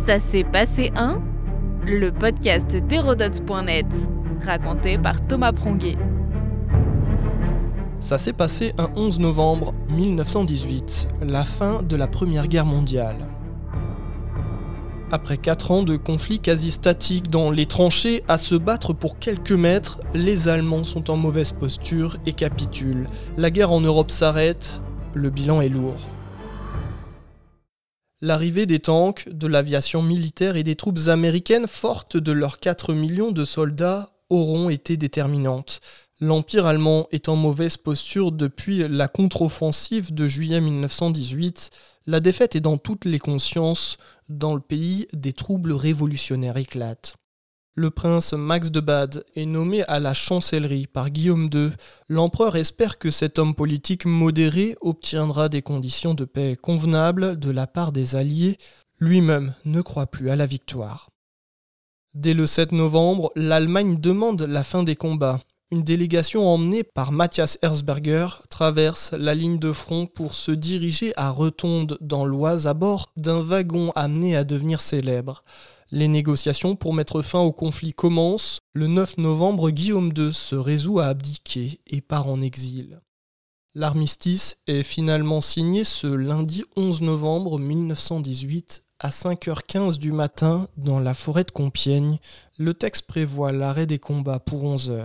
Ça s'est passé le podcast d'Hérodote.net, raconté par Thomas Pronguet. Ça s'est passé un 11 novembre 1918, la fin de la Première Guerre mondiale. Après 4 ans de conflits quasi statiques dans les tranchées à se battre pour quelques mètres, les Allemands sont en mauvaise posture et capitulent. La guerre en Europe s'arrête, le bilan est lourd. L'arrivée des tanks, de l'aviation militaire et des troupes américaines fortes de leurs 4 millions de soldats auront été déterminantes. L'Empire allemand est en mauvaise posture depuis la contre-offensive de juillet 1918. La défaite est dans toutes les consciences. Dans le pays, des troubles révolutionnaires éclatent. Le prince Max de Bade est nommé à la chancellerie par Guillaume II. L'empereur espère que cet homme politique modéré obtiendra des conditions de paix convenables de la part des Alliés. Lui-même ne croit plus à la victoire. Dès le 7 novembre, l'Allemagne demande la fin des combats. Une délégation emmenée par Matthias Erzberger traverse la ligne de front pour se diriger à Retonde dans l'Oise à bord d'un wagon amené à devenir célèbre. Les négociations pour mettre fin au conflit commencent. Le 9 novembre, Guillaume II se résout à abdiquer et part en exil. L'armistice est finalement signé ce lundi 11 novembre 1918 à 5h15 du matin dans la forêt de Compiègne. Le texte prévoit l'arrêt des combats pour 11h.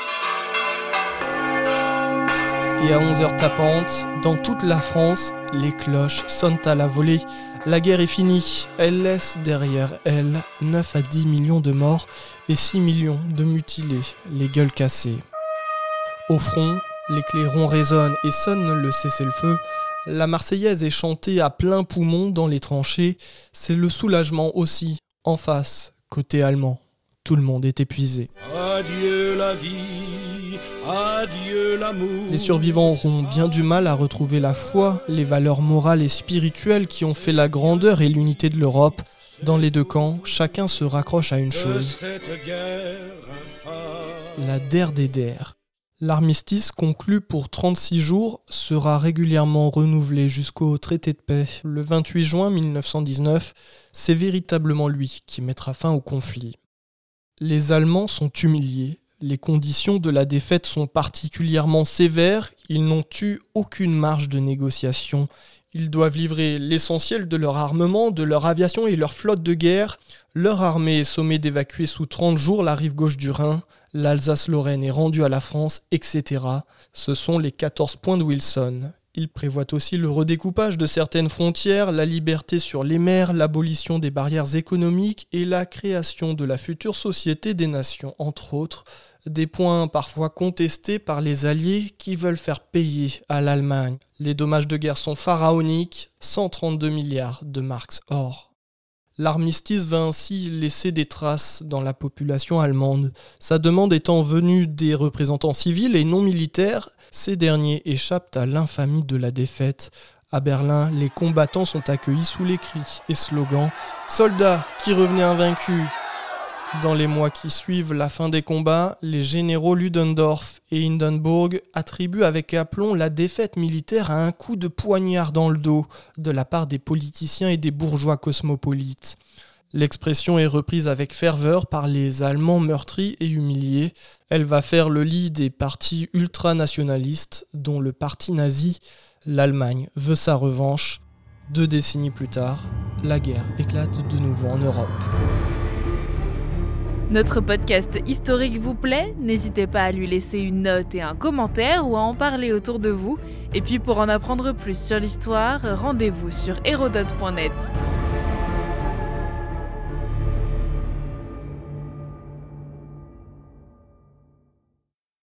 Et à 11h tapantes, dans toute la France, les cloches sonnent à la volée. La guerre est finie. Elle laisse derrière elle 9 à 10 millions de morts et 6 millions de mutilés, les gueules cassées. Au front, les clairons résonnent et sonnent le cessez-le-feu. La Marseillaise est chantée à plein poumon dans les tranchées. C'est le soulagement aussi, en face, côté allemand. Tout le monde est épuisé. Adieu la vie, adieu l'amour. Les survivants auront bien du mal à retrouver la foi, les valeurs morales et spirituelles qui ont fait la grandeur et l'unité de l'Europe. Dans les deux camps, chacun se raccroche à une chose. La der des der. L'armistice, conclu pour 36 jours, sera régulièrement renouvelé jusqu'au traité de paix. Le 28 juin 1919, c'est véritablement lui qui mettra fin au conflit. Les Allemands sont humiliés. Les conditions de la défaite sont particulièrement sévères. Ils n'ont eu aucune marge de négociation. Ils doivent livrer l'essentiel de leur armement, de leur aviation et leur flotte de guerre. Leur armée est sommée d'évacuer sous 30 jours la rive gauche du Rhin. L'Alsace-Lorraine est rendue à la France, etc. Ce sont les 14 points de Wilson. Il prévoit aussi le redécoupage de certaines frontières, la liberté sur les mers, l'abolition des barrières économiques et la création de la future Société des Nations, entre autres. Des points parfois contestés par les Alliés qui veulent faire payer à l'Allemagne. Les dommages de guerre sont pharaoniques, 132 milliards de marks or. L'armistice va ainsi laisser des traces dans la population allemande. Sa demande étant venue des représentants civils et non militaires, ces derniers échappent à l'infamie de la défaite. À Berlin, les combattants sont accueillis sous les cris et slogans « Soldats qui revenaient invaincus !» Dans les mois qui suivent la fin des combats, les généraux Ludendorff et Hindenburg attribuent avec aplomb la défaite militaire à un coup de poignard dans le dos de la part des politiciens et des bourgeois cosmopolites. L'expression est reprise avec ferveur par les Allemands meurtris et humiliés. Elle va faire le lit des partis ultranationalistes, dont le parti nazi. L'Allemagne veut sa revanche. 2 décennies plus tard, la guerre éclate de nouveau en Europe. Notre podcast historique vous plaît ? N'hésitez pas à lui laisser une note et un commentaire ou à en parler autour de vous. Et puis pour en apprendre plus sur l'histoire, rendez-vous sur Hérodote.net.